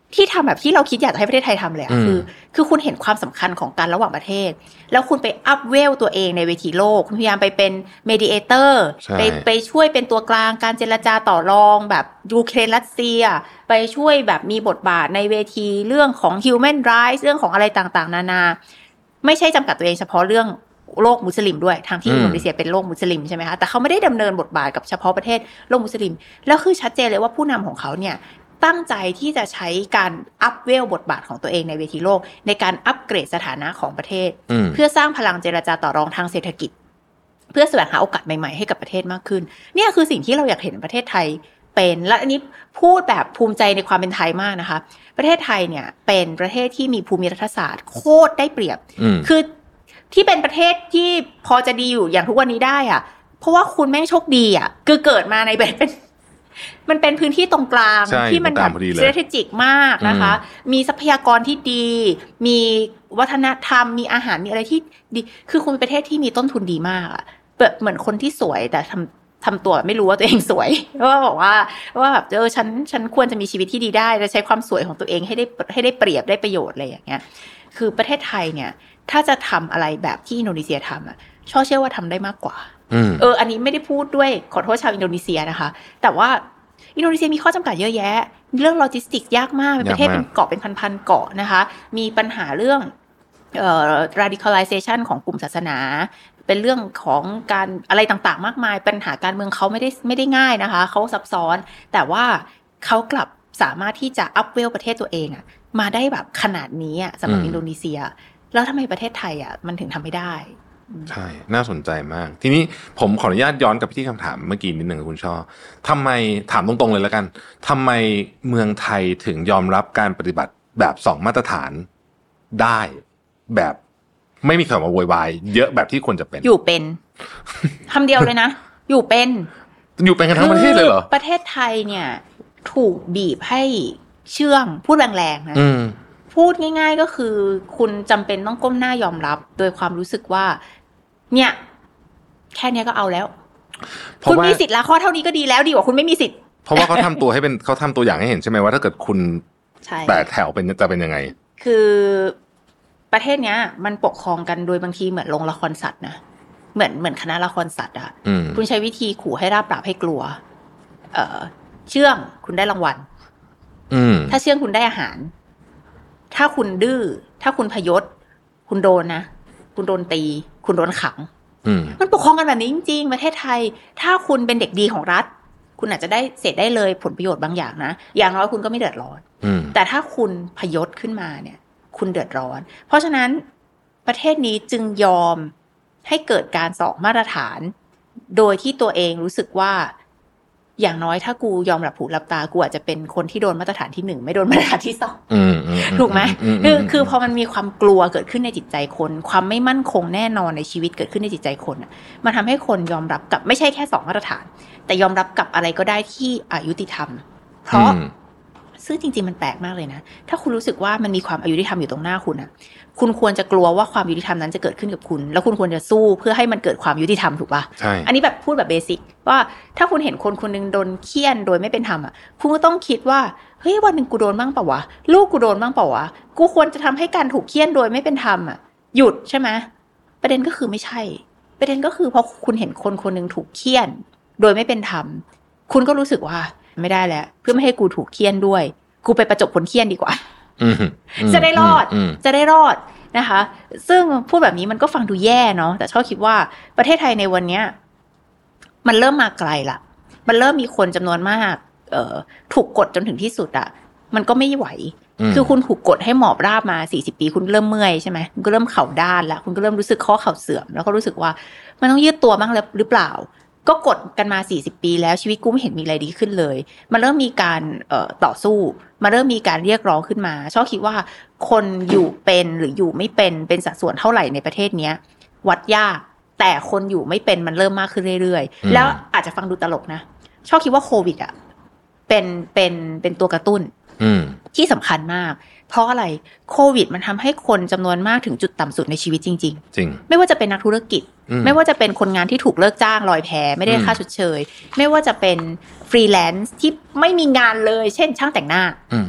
ที่ทำแบบที่เราคิดอยากให้ประเทศไทยทำเลยอ่ะคือคือคุณเห็นความสำคัญของการระหว่างประเทศแล้วคุณไปอัพเวลตัวเองในเวทีโลกคุณพยายามไปเป็นเมดิเอเตอร์ไปไปช่วยเป็นตัวกลางการเจรจาต่อรองแบบยูเครนรัสเซียไปช่วยแบบมีบทบาทในเวทีเรื่องของ human rights เรื่องของอะไรต่างๆนานาไม่ใช่จำกัดตัวเองเฉพาะเรื่องโลกมุสลิมด้วยทางที่อินโดนีเซียเป็นโลกมุสลิมใช่ไหมคะแต่เขาไม่ได้ดำเนินบทบาทกับเฉพาะประเทศโลกมุสลิมแล้วคือชัดเจนเลยว่าผู้นำของเขาเนี่ยตั้งใจที่จะใช้การอัพเวลบทบาทของตัวเองในเวทีโลกในการอัปเกรดสถานะของประเทศเพื่อสร้างพลังเจรจาต่อรองทางเศรษฐกิจเพื่อแสวงหาโอกาสใหม่ๆให้กับประเทศมากขึ้นเนี่ยคือสิ่งที่เราอยากเห็นประเทศไทยเป็นและอันนี้พูดแบบภูมิใจในความเป็นไทยมากนะคะประเทศไทยเนี่ยเป็นประเทศที่มีภูมิรัฐศาสตร์โคตรได้เปรียบคือที่เป็นประเทศที่พอจะดีอยู่อย่างทุกวันนี้ได้อ่ะเพราะว่าคุณแม่งโชคดีอ่ะคือเกิดมาในแบบเป็นมันเป็นพื้นที่ตรงกลางที่มันแบบ strategic มากนะคะมีทรัพยากรที่ดีมีวัฒนธรรมมีอาหารมีอะไรที่ดีคือคุณเป็นประเทศที่มีต้นทุนดีมากอ่ะแบบเหมือนคนที่สวยแต่ทำทำตัวไม่รู้ว่าตัวเองสวยว่าบอกว่าว่าแบบเออฉันฉันควรจะมีชีวิตที่ดีได้และใช้ความสวยของตัวเองให้ได้ให้ได้เปรียบได้ประโยชน์อะไรอย่างเงี้ยคือประเทศไทยเนี่ยถ้าจะทำอะไรแบบที่อินโดนีเซียทำอ่ะช่อเชื่อว่าทำได้มากกว่าเอออันนี้ไม่ได้พูดด้วยขอโทษชาวอินโดนีเซียนะคะแต่ว่าอินโดนีเซียมีข้อจำกัดเยอะแยะเรื่องโลจิสติกยากมากเป็นประเทศเป็นเกาะเป็นพันๆเกาะนะคะมีปัญหาเรื่องเอ่อ radicalization ของกลุ่มศาสนาเป็นเรื่องของการอะไรต่างๆมากมายปัญหาการเมืองเขาไม่ได้ไม่ได้ง่ายนะคะเขาซับซ้อนแต่ว่าเขากลับสามารถที่จะอัพเวลประเทศตัวเองอ่ะมาได้แบบขนาดนี้อ่ะสำหรับอินโดนีเซียแล้วทำไมประเทศไทยอ่ะมันถึงทำไม่ได้ใช่น่าสนใจมากทีนี้ผมขออนุญาตย้อนกลับไปที่คำถามเมื่อกี้นิดหนึ่งคุณช่อทำไมถามตรงๆเลยแล้วกันทำไมเมืองไทยถึงยอมรับการปฏิบัติแบบสองมาตรฐานได้แบบไม่มีคำว่าโวยวายเยอะแบบที่ควรจะเป็นอยู่เป็นคำเดียวเลยนะอยู่เป็นอยู่เป็นกันทั้งประเทศเลยเหรอประเทศไทยเนี่ยถูกบีบให้เชื่องพูดแรงๆนะพูดง่ายๆก็คือคุณจำเป็นต้องก้มหน้ายอมรับโดยความรู้สึกว่าเนี่ยแค่นี้ก็เอาแล้วคุณมีสิทธิ์ละข้อเท่านี้ก็ดีแล้วดีกว่าคุณไม่มีสิทธิ์เพราะว่าเขาทำตัวให้เป็นเขาทำตัวอย่างให้เห็นใช่ไหมว่าถ้าเกิดคุณแต่แถวเป็นจะเป็นยังไงคือประเทศเนี้ยมันปกครองกันโดยบางทีเหมือนโรงละครสัตว์นะเหมือนเหมือนคณะละครสัตว์อะคุณใช้วิธีขู่ให้ราบปราบให้กลัวเอ่อเชื่องคุณได้รางวัลถ้าเชื่องคุณได้อาหารถ้าคุณดื้อถ้าคุณพยศคุณโดนนะคุณโดนตีคุณโดนขังมันปกครองกันแบบนี้จริงๆประเทศไทยถ้าคุณเป็นเด็กดีของรัฐคุณอาจจะได้เสร็จได้เลยผลประโยชน์บางอย่างนะอย่างน้อยคุณก็ไม่เดือดร้อนแต่ถ้าคุณพยศขึ้นมาเนี่ยคุณเดือดร้อนเพราะฉะนั้นประเทศนี้จึงยอมให้เกิดการสองมาตรฐานโดยที่ตัวเองรู้สึกว่าอย่างน้อยถ้ากูยอมรับหูรับตากูอาจจะเป็นคนที่โดนมาตรฐานที่หนึ่งไม่โดนมาตรฐานที่สองถูกไหมคือคือพอมันมีความกลัวเกิดขึ้นในจิตใจคนความไม่มั่นคงแน่นอนในชีวิตเกิดขึ้นในจิตใจคนอ่ะมันทำให้คนยอมรับกับไม่ใช่แค่สองมาตรฐานแต่ยอมรับกับอะไรก็ได้ที่อายุติธรรมเพราะซึ่งจริงๆมันแปลกมากเลยนะถ้าคุณรู้สึกว่ามันมีความอายุติธรรมอยู่ตรงหน้าคุณอ่ะคุณควรจะกลัวว่าความยุติธรรมนั้นจะเกิดขึ้นกับคุณแล้วคุณควรจะสู้เพื่อให้มันเกิดความยุติธรรมถูกป่ะใช่อันนี้แบบพูดแบบเบสิกว่าถ้าคุณเห็นคนคนนึงโดนเฆี่ยนโดยไม่เป็นธรรมอ่ะคุณก็ต้องคิดว่าเฮ้ยวันนึงกูโดนบ้างเปล่าวะลูกกูโดนบ้างเปล่าวะกูควรจะทำให้การถูกเฆี่ยนโดยไม่เป็นธรรมอ่ะหยุดใช่ไหมประเด็นก็คือไม่ใช่ประเด็นก็คือพอคุณเห็นคนคนนึงถูกเฆี่ยนโดยไม่เป็นธรรมคุณก็รู้สึกว่าไม่ได้แล้วเพื่อไม่ให้กูถูกเฆี่ยนด้วยกูไปประจบคนเฆี่ยนดีกว่าจะได้รอดจะได้รอดนะคะซึ่งพูดแบบนี้มันก็ฟังดูแย่เนาะแต่ชอบคิดว่าประเทศไทยในวันนี้มันเริ่มมาไกลละมันเริ่มมีคนจำนวนมากเอ่อถูกกดจนถึงที่สุดอะมันก็ไม่ไหวคือคุณถูกกดให้หมอบราบมาสี่สิบปีคุณเริ่มเมื่อยใช่ไหมคุณก็เริ่มเข่าด้านแล้วคุณก็เริ่มรู้สึกข้อเข่าเสื่อมแล้วก็รู้สึกว่ามันต้องยืดตัวบ้างแล้วหรือเปล่าก็กดกันมาสี่สิบปีแล้วชีวิตกูไม่เห็นมีอะไรดีขึ้นเลยมันเริ่มมีการเอ่อต่อสู้มันเริ่มมีการเรียกร้องขึ้นมาชอบคิดว่าคนอยู่เป็นหรืออยู่ไม่เป็นเป็นสัดส่วนเท่าไหร่ในประเทศนี้วัดยากแต่คนอยู่ไม่เป็นมันเริ่มมากขึ้นเรื่อยๆแล้วอาจจะฟังดูตลกนะชอบคิดว่าโควิดอ่ะเป็นเป็นเป็นตัวกระตุ้นที่สำคัญมากเพราะอะไรโควิดมันทำให้คนจำนวนมากถึงจุดต่ำสุดในชีวิตจริงๆจริงไม่ว่าจะเป็นนักธุรกิจไม่ว่าจะเป็นคนงานที่ถูกเลิกจ้างลอยแพไม่ได้ค่าชดเชยไม่ว่าจะเป็นฟรีแลนซ์ที่ไม่มีงานเลยเช่นช่างแต่งหน้า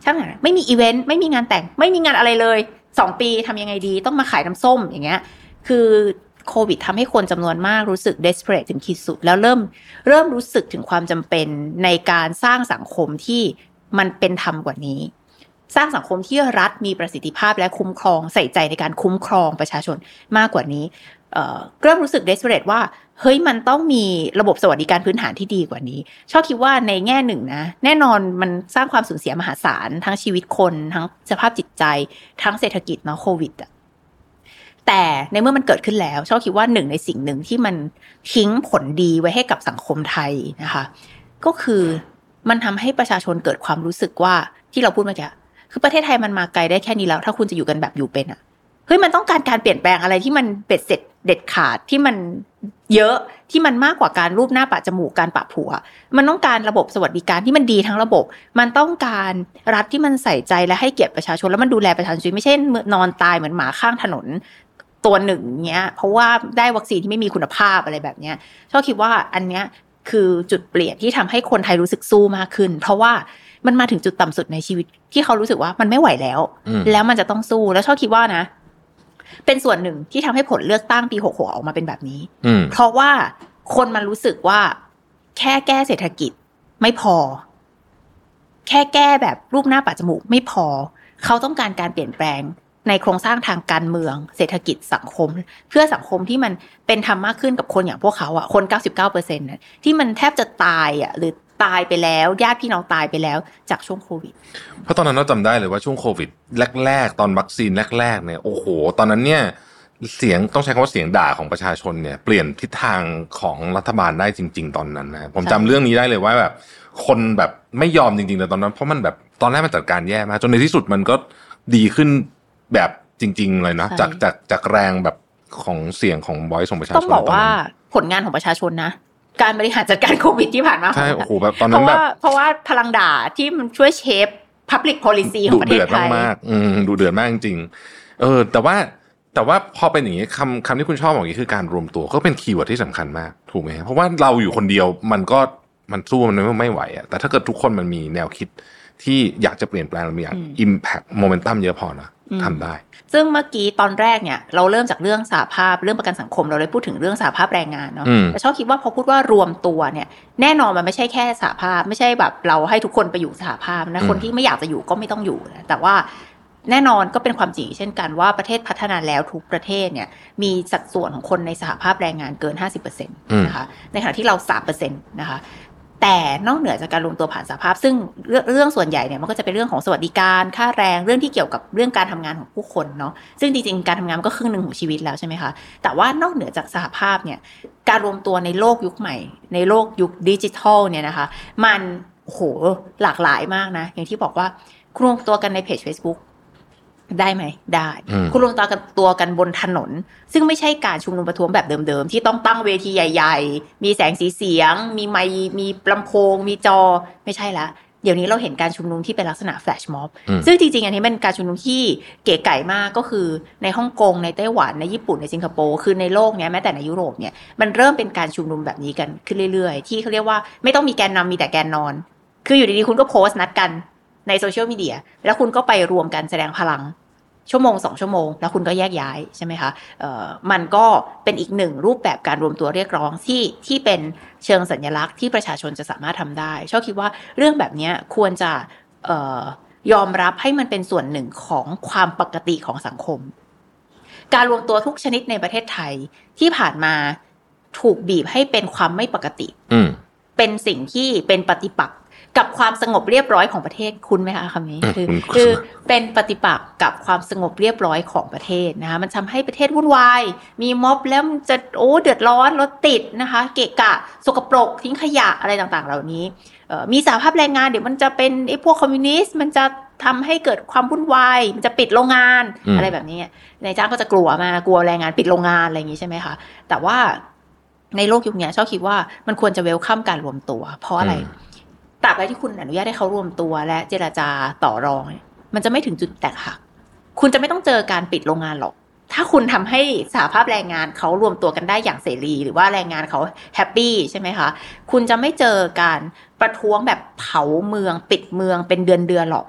ช่างไหนไม่มีอีเวนต์ไม่มีงานแต่งไม่มีงานอะไรเลยสองปีทำยังไงดีต้องมาขายน้ำส้มอย่างเงี้ยคือโควิดทำให้คนจำนวนมากรู้สึก desperate ถึงขีดสุดแล้วเริ่มเริ่มรู้สึกถึงความจำเป็นในการสร้างสังคมที่มันเป็นธรรมกว่านี้สร้างสังคมที่รัฐมีประสิทธิภาพและคุ้มครองใส่ใจในการคุ้มครองประชาชนมากกว่านี้เอ่อเริ่มรู้สึก desperate ว่าเฮ้ยมันต้องมีระบบสวัสดิการพื้นฐานที่ดีกว่านี้ชอบคิดว่าในแง่หนึ่งนะแน่นอนมันสร้างความสูญเสียมหาศาลทั้งชีวิตคนทั้งสภาพจิตใจทั้งเศรษฐกิจเนาะโควิดอ่ะแต่ในเมื่อมันเกิดขึ้นแล้วชอบคิดว่าหนึ่งในสิ่งหนึ่งที่มันทิ้งผลดีไว้ให้กับสังคมไทยนะคะก็คือมันทำให้ประชาชนเกิดความรู้สึกว่าที่เราพูดเมื่อกี้คือประเทศไทยมันมาไกลได้แค่นี้แล้วถ้าคุณจะอยู่กันแบบอยู่เป็นอ่ะเฮ้ยมันต้องการการเปลี่ยนแปลงอะไรที่มันเบ็ดเสร็จเด็ดขาดที่มันเยอะที่มันมากกว่าการรูปหน้าปะจมูกการปะผัวมันต้องการระบบสวัสดิการที่มันดีทั้งระบบมันต้องการรัฐที่มันใส่ใจและให้เกียรติประชาชนแล้วมันดูแลประชาชนไม่ใช่นอนตายเหมือนหมาข้างถนนตัวหนึ่งเงี้ยเพราะว่าได้วัคซีนที่ไม่มีคุณภาพอะไรแบบเนี้ยชอบคิดว่าอันเนี้ยคือจุดเปลี่ยนที่ทำให้คนไทยรู้สึกสู้มากขึ้นเพราะว่ามันมาถึงจุดต่ำสุดในชีวิตที่เขารู้สึกว่ามันไม่ไหวแล้วแล้วมันจะต้องสู้แล้วชอบคิดว่านะเป็นส่วนหนึ่งที่ทำให้ผลเลือกตั้งปีหกหกออกมาเป็นแบบนี้เพราะว่าคนมันรู้สึกว่าแค่แก้เศรษฐกิจไม่พอแค่แก้แบบรูปหน้าปะจมูกไม่พอเขาต้องการการเปลี่ยนแปลงในโครงสร้างทางการเมืองเศรษฐกิจสังคมเพื่อสังคมที่มันเป็นธรรมมากขึ้นกับคนอย่างพวกเขาอ่ะคน เก้าสิบเก้าเปอร์เซ็นต์ น่ะที่มันแทบจะตายอ่ะหรือตายไปแล้วญาติพี่น้องตายไปแล้วจากช่วงโควิดเพราะตอนนั้นเราจำได้เลยว่าช่วงโควิดแรกๆตอนวัคซีนแรกๆเนี่ยโอ้โหตอนนั้นเนี่ยเสียงต้องใช้คำว่าเสียงด่าของประชาชนเนี่ยเปลี่ยนทิศทางของรัฐบาลได้จริงๆตอนนั้นนะผมจำเรื่องนี้ได้เลยว่าแบบคนแบบไม่ยอมจริงๆแต่ตอนนั้นเพราะมันแบบตอนแรกมันจัดการแย่มากจนในที่สุดมันก็ดีขึ้นแบบจริงๆเลยนะจากจากจากแรงแบบของเสียงของ voice ของประชาชนต้องบอกว่าผลงานของประชาชนนะการบริหารจัดการโควิดที่ผ่านมาใช่โอ้โหแบบตอนนั้นแบบเพราะว่าพลังด่าที่มันช่วยเชฟ public policy ของประเทศไทยดูเดือดมากๆอืมดูเดือดมากจริงๆเออแต่ว่าแต่ว่าพอเป็นอย่างนี้คำคำที่คุณชอบบอกอย่างนี้คือการรวมตัวก็เป็นคีย์เวิร์ดที่สำคัญมากถูกไหมเพราะว่าเราอยู่คนเดียวมันก็มันสู้มันไม่ไหวอ่ะแต่ถ้าเกิดทุกคนมันมีแนวคิดที่อยากจะเปลี่ยนแปลงมีอย่าง impact momentum เยอะพอนะทำได้ซึ่งเมื่อกี้ตอนแรกเนี่ยเราเริ่มจากเรื่องสหภาพเรื่องประกันสังคมเราเลยพูดถึงเรื่องสหภาพแรงงานเนาะแต่ชอบคิดว่าพอพูดว่ารวมตัวเนี่ยแน่นอนมันไม่ใช่แค่สหภาพไม่ใช่แบบเราให้ทุกคนไปอยู่สหภาพนะคนที่ไม่อยากจะอยู่ก็ไม่ต้องอยู่นะแต่ว่าแน่นอนก็เป็นความจริงเช่นกันว่าประเทศพัฒนาแล้วทุกประเทศเนี่ยมีสัดส่วนของคนในสหภาพแรงงานเกิน ห้าสิบเปอร์เซ็นต์ นะคะในขณะที่เรา สามเปอร์เซ็นต์ นะคะแต่นอกเหนือจากการรวมตัวผ่านสหภาพซึ่งเรื่องเรื่องส่วนใหญ่เนี่ยมันก็จะเป็นเรื่องของสวัสดิการค่าแรงเรื่องที่เกี่ยวกับเรื่องการทำงานของผู้คนเนาะซึ่งจริงๆการทำงานก็ครึ่งหนึ่งของชีวิตแล้วใช่ไหมคะแต่ว่านอกเหนือจากสหภาพเนี่ยการรวมตัวในโลกยุคใหม่ในโลกยุคดิจิทัลเนี่ยนะคะมันโหหลากหลายมากนะอย่างที่บอกว่าคุณรวมตัวกันในเพจ Facebookได้ไหมได้คุณรวมตัวกันตัวกันบนถนนซึ่งไม่ใช่การชุมนุมประท้วงแบบเดิมๆที่ต้องตั้งเวทีใหญ่ๆมีแสงสีเสียงมีไมค์มีลำโพงมีจอไม่ใช่ละเดี๋ยวนี้เราเห็นการชุมนุมที่เป็นลักษณะแฟลชม็อบซึ่งจริงๆอันนี้เป็นการชุมนุมที่เก๋ไก่มากก็คือในฮ่องกงในไต้หวันในญี่ปุ่นในสิงคโปร์คือในโลกเนี้ยแม้แต่ในยุโรปเนี่ยมันเริ่มเป็นการชุมนุมแบบนี้กันขึ้นเรื่อยๆที่เขาเรียกว่าไม่ต้องมีแกนนำมีแต่แกนนอนคืออยู่ดีๆคุณก็โพสต์นัดกันในโซเชียลมีเดียแล้วคุณก็ไปรวมกันแสดงพลังชั่วโมงสองชั่วโมงแล้วคุณก็แยกย้ายใช่ไหมคะเอ่อมันก็เป็นอีกหนึ่งรูปแบบการรวมตัวเรียกร้องที่ที่เป็นเชิงสัญลักษณ์ที่ประชาชนจะสามารถทำได้ชอบคิดว่าเรื่องแบบนี้ควรจะเอ่อยอมรับให้มันเป็นส่วนหนึ่งของความปกติของสังคมการรวมตัวทุกชนิดในประเทศไทยที่ผ่านมาถูกบีบให้เป็นความไม่ปกติเป็นสิ่งที่เป็นปฏิปักษ์กับความสงบเรียบร้อยของประเทศคุณไหมคะคำนี้คือคือเป็นปฏิปักษ์กับความสงบเรียบร้อยของประเทศนะคะมันทำให้ประเทศวุ่นวายมีม็อบแล้วมันจะโอ้เดือดร้อนรถติดนะคะเกะกะสกปรกทิ้งขยะอะไรต่างๆเหล่านี้มีสหภาพแรงงานเดี๋ยวมันจะเป็นไอ้พวกคอมมิวนิสต์มันจะทำให้เกิดความวุ่นวายมันจะปิดโรงงานอะไรแบบนี้นายจ้างก็จะกลัวมากลัวแรงงานปิดโรงงานอะไรอย่างนี้ใช่ไหมคะแต่ว่าในโลกยุคนี้ชอบคิดว่ามันควรจะเวลคัมการรวมตัวเพราะอะไรตราบใดที่คุณอนุญาตให้เขารวมตัวและเจรจาต่อรองมันจะไม่ถึงจุดแตกหักคุณจะไม่ต้องเจอการปิดโรงงานหรอกถ้าคุณทำให้สหภาพแรงงานเขารวมตัวกันได้อย่างเสรีหรือว่าแรงงานเขาแฮปปี้ใช่ไหมคะคุณจะไม่เจอการประท้วงแบบเผาเมืองปิดเมืองเป็นเดือนๆหรอก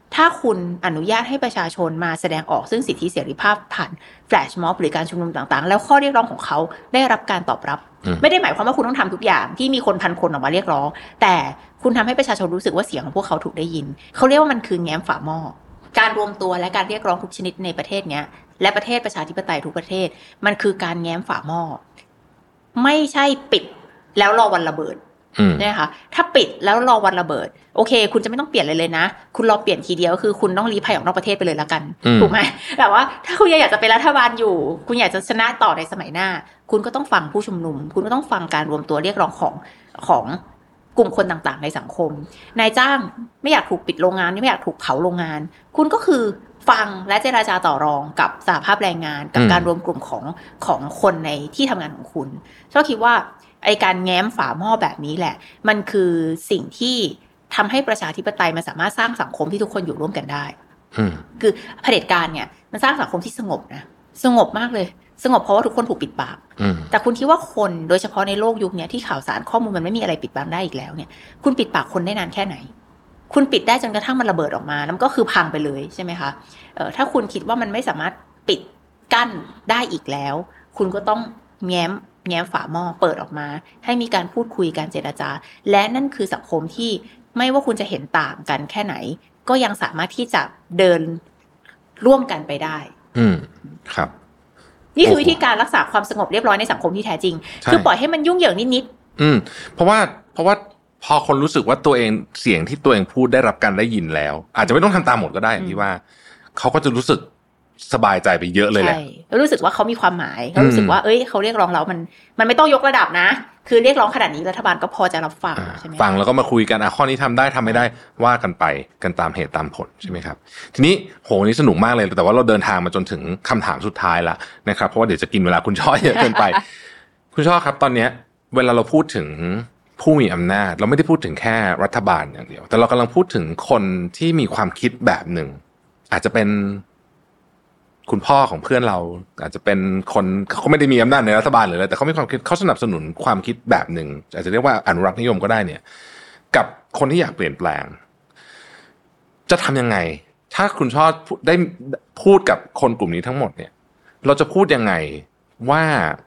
ถ้าคุณอนุญาตให้ประชาชนมาแสดงออกซึ่งสิทธิเสรีภาพผ่านแฟลชม็อบหรือการชุมนุมต่างๆแล้วข้อเรียกร้องของเขาได้รับการตอบรับไม่ได้หมายความว่าคุณต้องทำทุกอย่างที่มีคนพันคนออกมาเรียกร้องแต่คุณทำให้ประชาชนรู้สึกว่าเสียงของพวกเขาถูกได้ยินเขาเรียกว่ามันคือแง้มฝาหม้อการรวมตัวและการเรียกร้องทุกชนิดในประเทศเนี้ยและประเทศประชาธิปไตยทุกประเทศมันคือการแง้มฝาหม้อไม่ใช่ปิดแล้วรอวันระเบิดนะคะถ้าปิดแล้วรอวันระเบิดโอเคคุณจะไม่ต้องเปลี่ยนเลยเลยนะคุณรอเปลี่ยนทีเดียวคือคุณต้องลี้ภัยออกนอกประเทศไปเลยละกันถูกไหมแบบว่าถ้าคุณอยากจะเป็นรัฐบาลอยู่คุณอยากจะชนะต่อในสมัยหน้าคุณก็ต้องฟังผู้ชุมนุมคุณก็ต้องฟังการรวมตัวเรียกร้องของของกลุ่มคนต่างๆในสังคมนายจ้างไม่อยากถูกปิดโรงงานไม่อยากถูกเผาโรงงานคุณก็คือฟังและเจรจาต่อรองกับสหภาพแรงงานกับการรวมกลุ่มของของคนในที่ทำงานของคุณชอบคิดว่าไอการแง้มฝาหม้อแบบนี้แหละมันคือสิ่งที่ทำให้ประชาธิปไตยมันสามารถสร้างสังคมที่ทุกคนอยู่ร่วมกันได้คือเผด็จการเนี่ยมันสร้างสังคมที่สงบนะสงบมากเลยสงบเพราะว่าทุกคนถูกปิดปากแต่คุณคิดว่าคนโดยเฉพาะในโลกยุคนี้ที่ข่าวสารข้อมูลมันไม่มีอะไรปิดบังได้อีกแล้วเนี่ยคุณปิดปากคนได้นานแค่ไหนคุณปิดได้จนกระทั่งมันระเบิดออกมาแล้วก็คือพังไปเลยใช่ไหมคะเอ่อถ้าคุณคิดว่ามันไม่สามารถปิดกั้นได้อีกแล้วคุณก็ต้องแง้มแง้มฝาหม้อเปิดออกมาให้มีการพูดคุยการเจรจาและนั่นคือสังคมที่ไม่ว่าคุณจะเห็นต่างกันแค่ไหนก็ยังสามารถที่จะเดินร่วมกันไปได้อืมครับนี่คือวิธีการรักษาความสงบเรียบร้อยในสังคมที่แท้จริงคือปล่อยให้มันยุ่งเหยิงนิดๆอืมเพราะว่าเพราะว่าพอคนรู้สึกว่าตัวเองเสียงที่ตัวเองพูดได้รับการได้ยินแล้วอาจจะไม่ต้องทำตามหมดก็ได้อย่างที่ว่าเขาก็จะรู้สึกสบายใจไปเยอะเลยแหละใช่แล้วรู้สึกว่าเขามีความหมายเขารู้สึกว่าเอ้ยเขาเรียกร้องแล้วมันมันไม่ต้องยกระดับนะคือเรียกร้องขนาดนี้รัฐบาลก็พอจะรับฟังใช่ไหมฟังแล้วก็มาคุยกันอ่ะข้อนี้ทำได้ทำไม่ได้ว่ากันไปกันตามเหตุตามผลใช่ไหมครับทีนี้โหนี่สนุกมากเลยแต่ว่าเราเดินทางมาจนถึงคำถามสุดท้ายละนะครับเพราะว่าเดี๋ยวจะกินเวลาคุณช่อเยอะเกินไป คุณช่อครับตอนนี้เวลาเราพูดถึงผู้มีอำนาจเราไม่ได้พูดถึงแค่รัฐบาลอย่างเดียวแต่เรากำลังพูดถึงคนที่มีความคิดแบบหนึ่งอาจจะเป็นคุณพ่อของเพื่อนเราอาจจะเป็นคนเขาไม่ได้มีอำนาจในรัฐบาลหรืออะไรแต่เขามีความคิดเขาสนับสนุนความคิดแบบหนึ่งอาจจะเรียกว่าอนุรักษ์นิยมก็ได้เนี่ยกับคนที่อยากเปลี่ยนแปลงจะทำยังไงถ้าคุณชอบได้พูดกับคนกลุ่มนี้ทั้งหมดเนี่ยเราจะพูดยังไงว่า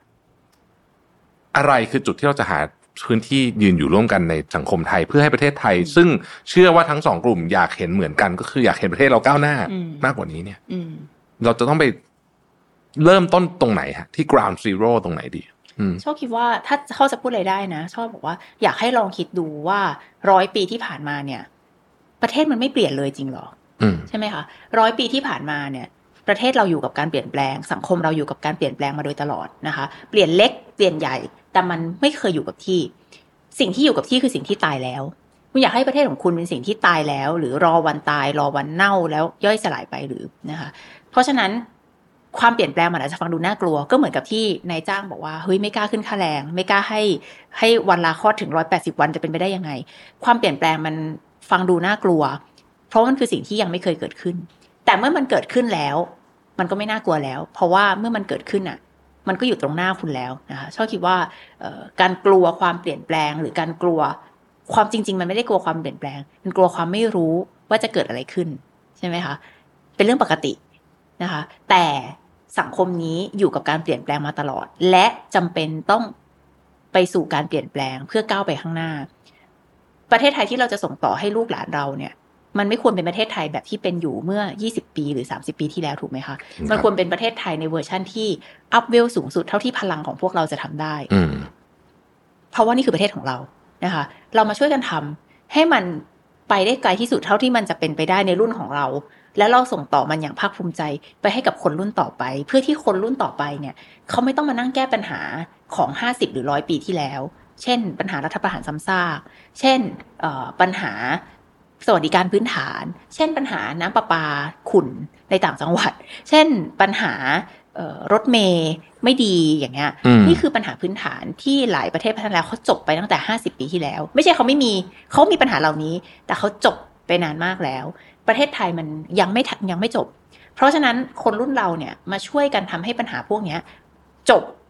อะไรคือจุดที่เราจะหาพื้นที่ยืนอยู่ร่วมกันในสังคมไทยเพื่อให้ประเทศไทยซึ่งเชื่อว่าทั้งสองกลุ่มอยากเห็นเหมือนกันก็คืออยากเห็นประเทศเราก้าวหน้ามากกว่านี้เนี่ยเราจะต้องไปเริ่มต้นตรงไหนฮะที่ ground zero ตรงไหนดีชอบคิดว่าถ้าเขาจะพูดอะไรได้นะชอบบอกว่าอยากให้ลองคิดดูว่าร้อยปีที่ผ่านมาเนี่ยประเทศมันไม่เปลี่ยนเลยจริงหรอใช่ไหมคะร้อยปีที่ผ่านมาเนี่ยประเทศเราอยู่กับการเปลี่ยนแปลงสังคมเราอยู่กับการเปลี่ยนแปลงมาโดยตลอดนะคะเปลี่ยนเล็กเปลี่ยนใหญ่แต่มันไม่เคยอยู่กับที่สิ่งที่อยู่กับที่คือสิ่งที่ตายแล้วคุณอยากให้ประเทศของคุณเป็นสิ่งที่ตายแล้วหรือรอวันตายรอวันเน่าแล้วย่อยสลายไปหรือนะคะเพราะฉะนั้นความเปลี่ยนแปลงมันอาจจะฟังดูน่ากลัวก็เหมือนกับที่นายจ้างบอกว่าเฮ้ยไม่กล้าขึ้นค่าแรงไม่กล้าให้ให้วันลาคลอดถึงหนึ่งร้อยแปดสิบวันจะเป็นไปได้ยังไงความเปลี่ยนแปลงมันฟังดูน่ากลัวเพราะมันคือสิ่งที่ยังไม่เคยเกิดขึ้นแต่เมื่อมันเกิดขึ้นแล้วมันก็ไม่น่ากลัวแล้วเพราะว่าเมื่อมันเกิดขึ้นอ่ะมันก็อยู่ตรงหน้าคุณแล้วนะคะชอบคิดว่าการกลัวความเปลี่ยนแปลงหรือการกลัวความจริงๆมันไม่ได้กลัวความเปลี่ยนแปลงมันกลัวความไม่รู้ว่าจะเกิดอะไรขึ้นใช่ไหมคะเป็นเรื่องปกตินะคะแต่สังคมนี้อยู่กับการเปลี่ยนแปลงมาตลอดและจำเป็นต้องไปสู่การเปลี่ยนแปลงเพื่อก้าวไปข้างหน้าประเทศไทยที่เราจะส่งต่อให้ลูกหลานเราเนี่ยมันไม่ควรเป็นประเทศไทยแบบที่เป็นอยู่เมื่อยี่สิบปีหรือสามสิบปีที่แล้วถูกไหมคะมันควรเป็นประเทศไทยในเวอร์ชั่นที่อัพเวลสูงสุดเท่าที่พลังของพวกเราจะทำได้เพราะว่านี่คือประเทศของเรานะคะเรามาช่วยกันทำให้มันไปได้ไกลที่สุดเท่าที่มันจะเป็นไปได้ในรุ่นของเราและเราส่งต่อมันอย่างภาคภูมิใจไปให้กับคนรุ่นต่อไปเพื่อที่คนรุ่นต่อไปเนี่ยเขาไม่ต้องมานั่งแก้ปัญหาของห้าสิบหรือหนึ่งร้อยปีที่แล้วเช่นปัญหารัฐประหารซ้ำซากเช่นปัญหาสวัสดิการพื้นฐานเช่นปัญหาน้ำประปาขุ่นในต่างจังหวัดเช่นปัญหารถเมล์ไม่ดีอย่างเงี้ยนี่คือปัญหาพื้นฐานที่หลายประเทศพัฒนาแล้วเขาจบไปตั้งแต่ห้าสิบปีที่แล้วไม่ใช่เขาไม่มีเขามีปัญหาเหล่านี้แต่เขาจบไปนานมากแล้วประเทศไทยมันยังไม่ยังไม่จบเพราะฉะนั้นคนรุ่นเราเนี่ยมาช่วยกันทำให้ปัญหาพวกนี้จบ เ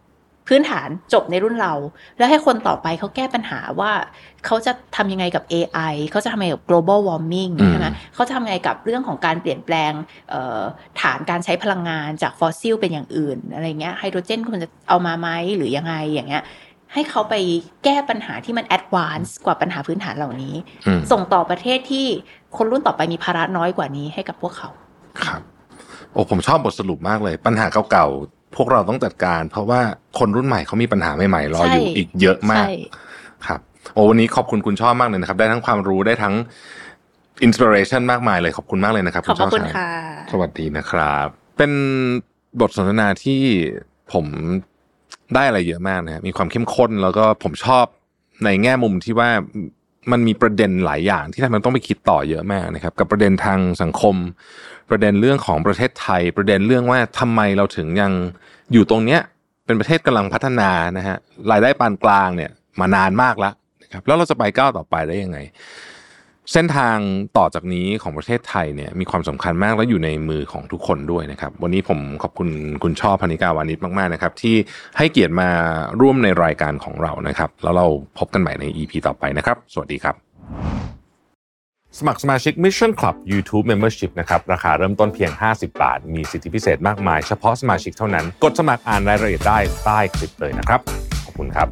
พื้นฐานจบในรุ่นเราแล้วให้คนต่อไปเขาแก้ปัญหาว่าเขาจะทำยังไงกับ เอ ไอ เขาจะทำยังไงกับ global warming ใช่ไหมเขาจะทำยังไงกับเรื่องของการเปลี่ยนแปลงฐานการใช้พลังงานจากฟอสซิลเป็นอย่างอื่นอะไรเงี้ยไฮโดรเจนคุณจะเอามาไหมหรือยังไงอย่างเงี้ยให้เขาไปแก้ปัญหาที่มันแอดวานซ์กว่าปัญหาพื้นฐานเหล่านี้ส่งต่อประเทศที่คนรุ่นต่อไปมีภาระน้อยกว่านี้ให้กับพวกเขาครับโอ้ผมชอบบทสรุปมากเลยปัญหาเก่าๆพวกเราต้องจัดการเพราะว่าคนรุ่นใหม่เขามีปัญหาใหม่ๆรออยู่อีกเยอะมากครับโอ้วันนี้ขอบคุณคุณชอบมากเลยนะครับได้ทั้งความรู้ได้ทั้งอินสปิเรชันมากมายเลยขอบคุณมากเลยนะครับขอบคุณค่ะสวัสดีนะครับเป็นบทสนทนาที่ผมได้อะไรเยอะมากนะมีความเข้มข้นแล้วก็ผมชอบในแง่มุมที่ว่ามันมีประเด็นหลายอย่างที่ทำให้มันต้องไปคิดต่อเยอะมากนะครับกับประเด็นทางสังคมประเด็นเรื่องของประเทศไทยประเด็นเรื่องว่าทำไมเราถึงยังอยู่ตรงเนี้ยเป็นประเทศกำลังพัฒนานะฮะรายได้ปานกลางเนี่ยมานานมากแล้วนะครับแล้วเราจะไปก้าวต่อไปได้ยังไงเส้นทางต่อจากนี้ของประเทศไทยเนี่ยมีความสำคัญมากและอยู่ในมือของทุกคนด้วยนะครับวันนี้ผมขอบคุณคุณช่อพนิกาวานิชมากๆนะครับที่ให้เกียรติมาร่วมในรายการของเรานะครับแล้วเราพบกันใหม่ใน อี พี ต่อไปนะครับสวัสดีครับสมัครสมาชิก Mission Club YouTube Membership นะครับราคาเริ่มต้นเพียงห้าสิบบาทมีสิทธิพิเศษมากมายเฉพาะสมาชิกเท่านั้นกดสมัครอ่านรายละเอียดได้ใต้คลิปเลยนะครับขอบคุณครับ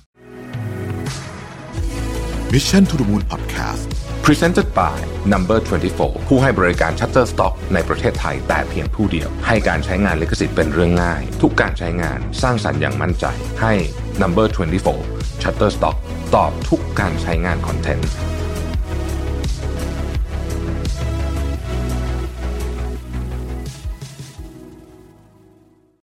Mission to the Moon Podcast Presented by Number ยี่สิบสี่ ผู้ให้บริการ Shutterstock ในประเทศไทยแต่เพียงผู้เดียวให้การใช้งานลิขสิทธิ์เป็นเรื่องง่ายทุกการใช้งานสร้างสรรค์อย่างมั่นใจให้ Number ยี่สิบสี่ Shutterstock ตอบทุกการใช้งานคอนเทนต์